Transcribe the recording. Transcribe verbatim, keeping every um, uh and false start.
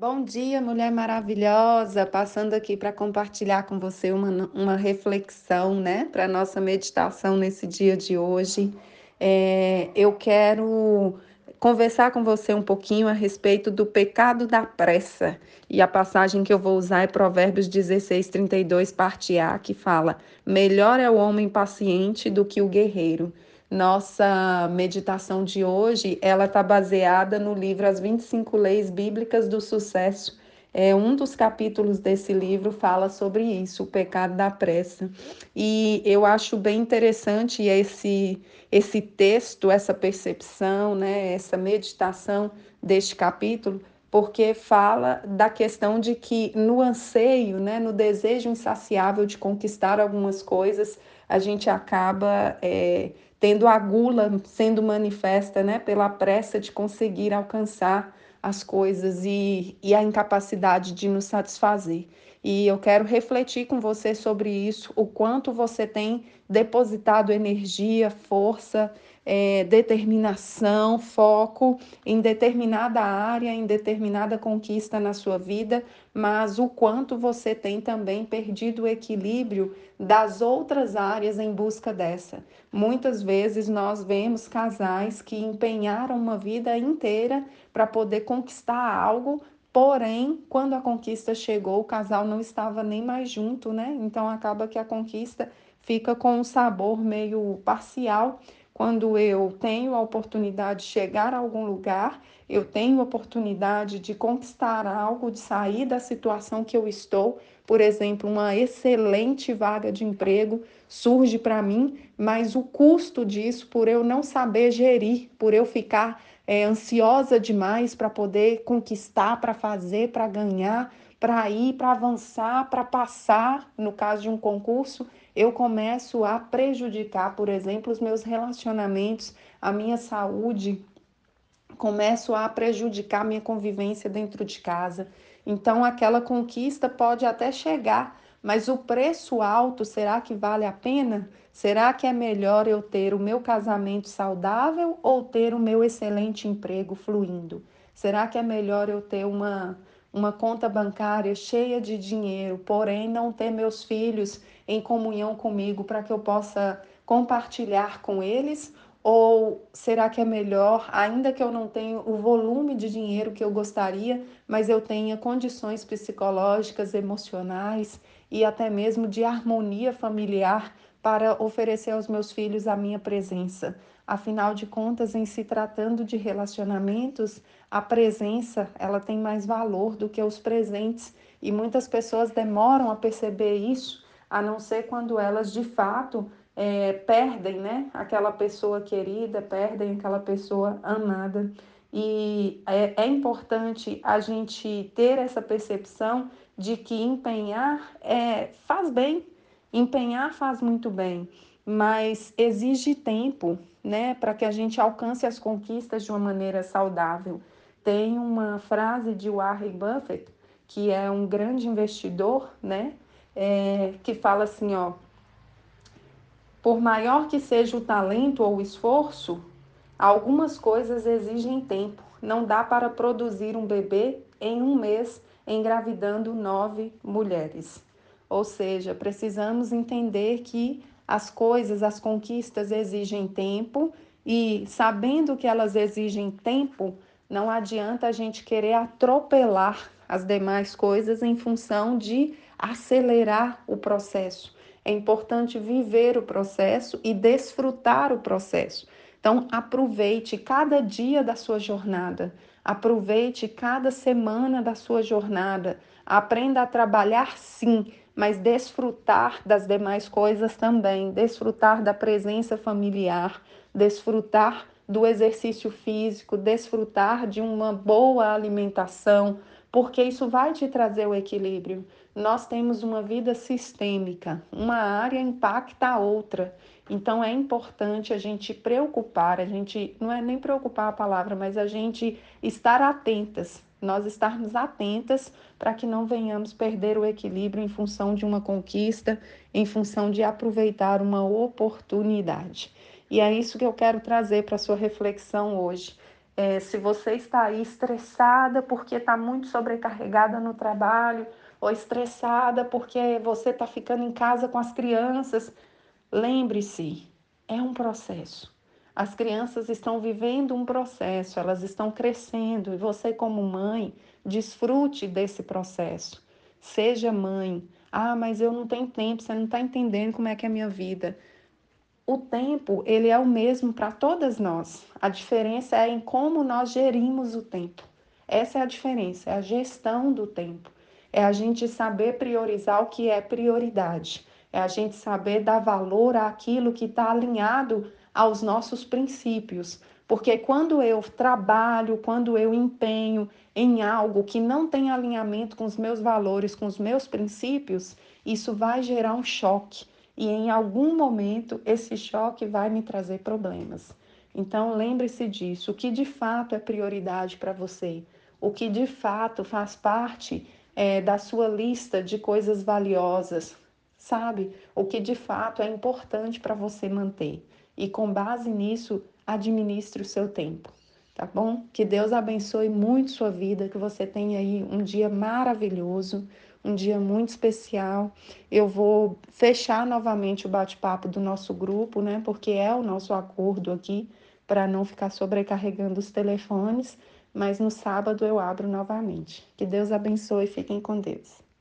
Bom dia, mulher maravilhosa, passando aqui para compartilhar com você uma, no- uma reflexão, né, para nossa meditação nesse dia de hoje. Eh, eu quero conversar com você um pouquinho a respeito do pecado da pressa. E a passagem que eu vou usar é Provérbios dezesseis, trinta e dois, parte A, que fala: Melhor é o homem paciente do que o guerreiro. Nossa meditação de hoje, ela está baseada no livro As vinte e cinco Leis Bíblicas do Sucesso. É, um dos capítulos desse livro fala sobre isso, o pecado da pressa. E eu acho bem interessante esse, esse texto, essa percepção, né, essa meditação deste capítulo, porque fala da questão de que no anseio, né, no desejo insaciável de conquistar algumas coisas, a gente acaba é, tendo a gula sendo manifesta, né, pela pressa de conseguir alcançar as coisas e, e a incapacidade de nos satisfazer. E eu quero refletir com você sobre isso, o quanto você tem depositado energia, força, eh, determinação, foco em determinada área, em determinada conquista na sua vida, mas o quanto você tem também perdido o equilíbrio das outras áreas em busca dessa. Muitas vezes nós vemos casais que empenharam uma vida inteira para poder conquistar algo, porém, quando a conquista chegou, o casal não estava nem mais junto, né? Então acaba que a conquista fica com um sabor meio parcial. Quando eu tenho a oportunidade de chegar a algum lugar, eu tenho a oportunidade de conquistar algo, de sair da situação que eu estou, por exemplo, uma excelente vaga de emprego surge para mim, mas o custo disso, por eu não saber gerir, por eu ficar é, ansiosa demais para poder conquistar, para fazer, para ganhar, para ir, para avançar, para passar, no caso de um concurso, eu começo a prejudicar, por exemplo, os meus relacionamentos, a minha saúde, começo a prejudicar minha convivência dentro de casa. Então, aquela conquista pode até chegar, mas o preço alto, será que vale a pena? Será que é melhor eu ter o meu casamento saudável ou ter o meu excelente emprego fluindo? Será que é melhor eu ter uma, uma conta bancária cheia de dinheiro, porém não ter meus filhos em comunhão comigo para que eu possa compartilhar com eles? Ou será que é melhor, ainda que eu não tenha o volume de dinheiro que eu gostaria, mas eu tenha condições psicológicas, emocionais e até mesmo de harmonia familiar para oferecer aos meus filhos a minha presença? Afinal de contas, em se tratando de relacionamentos, a presença, ela tem mais valor do que os presentes, e muitas pessoas demoram a perceber isso, a não ser quando elas de fato é, perdem, né, aquela pessoa querida, perdem aquela pessoa amada. E é, é importante a gente ter essa percepção de que empenhar é, faz bem, empenhar faz muito bem, mas exige tempo, né, para que a gente alcance as conquistas de uma maneira saudável. Tem uma frase de Warren Buffett, que é um grande investidor, né, é, que fala assim, ó: por maior que seja o talento ou o esforço, algumas coisas exigem tempo. Não dá para produzir um bebê em um mês engravidando nove mulheres. Ou seja, precisamos entender que as coisas, as conquistas exigem tempo e, sabendo que elas exigem tempo, não adianta a gente querer atropelar as demais coisas em função de acelerar o processo. É importante viver o processo e desfrutar o processo. Então, aproveite cada dia da sua jornada, aproveite cada semana da sua jornada, aprenda a trabalhar sim, mas desfrutar das demais coisas também, desfrutar da presença familiar, desfrutar do exercício físico, desfrutar de uma boa alimentação, porque isso vai te trazer o equilíbrio. Nós temos uma vida sistêmica, uma área impacta a outra. Então é importante a gente preocupar, a gente não é nem preocupar a palavra, mas a gente estar atentas, nós estarmos atentas para que não venhamos perder o equilíbrio em função de uma conquista, em função de aproveitar uma oportunidade. E é isso que eu quero trazer para a sua reflexão hoje. É, se você está aí estressada porque está muito sobrecarregada no trabalho, ou estressada porque você está ficando em casa com as crianças, lembre-se, é um processo. As crianças estão vivendo um processo, elas estão crescendo e você, como mãe, desfrute desse processo. Seja mãe. Ah, mas eu não tenho tempo, você não está entendendo como é que é a minha vida. O tempo, ele é o mesmo para todas nós. A diferença é em como nós gerimos o tempo. Essa é a diferença, é a gestão do tempo. É a gente saber priorizar o que é prioridade. É a gente saber dar valor àquilo que está alinhado aos nossos princípios. Porque quando eu trabalho, quando eu empenho em algo que não tem alinhamento com os meus valores, com os meus princípios, isso vai gerar um choque e em algum momento esse choque vai me trazer problemas. Então lembre-se disso, o que de fato é prioridade para você, o que de fato faz parte é, da sua lista de coisas valiosas, sabe? O que de fato é importante para você manter. E com base nisso, administre o seu tempo, tá bom? Que Deus abençoe muito sua vida, que você tenha aí um dia maravilhoso, um dia muito especial. Eu vou fechar novamente o bate-papo do nosso grupo, né? Porque é o nosso acordo aqui, para não ficar sobrecarregando os telefones. Mas no sábado eu abro novamente. Que Deus abençoe e fiquem com Deus.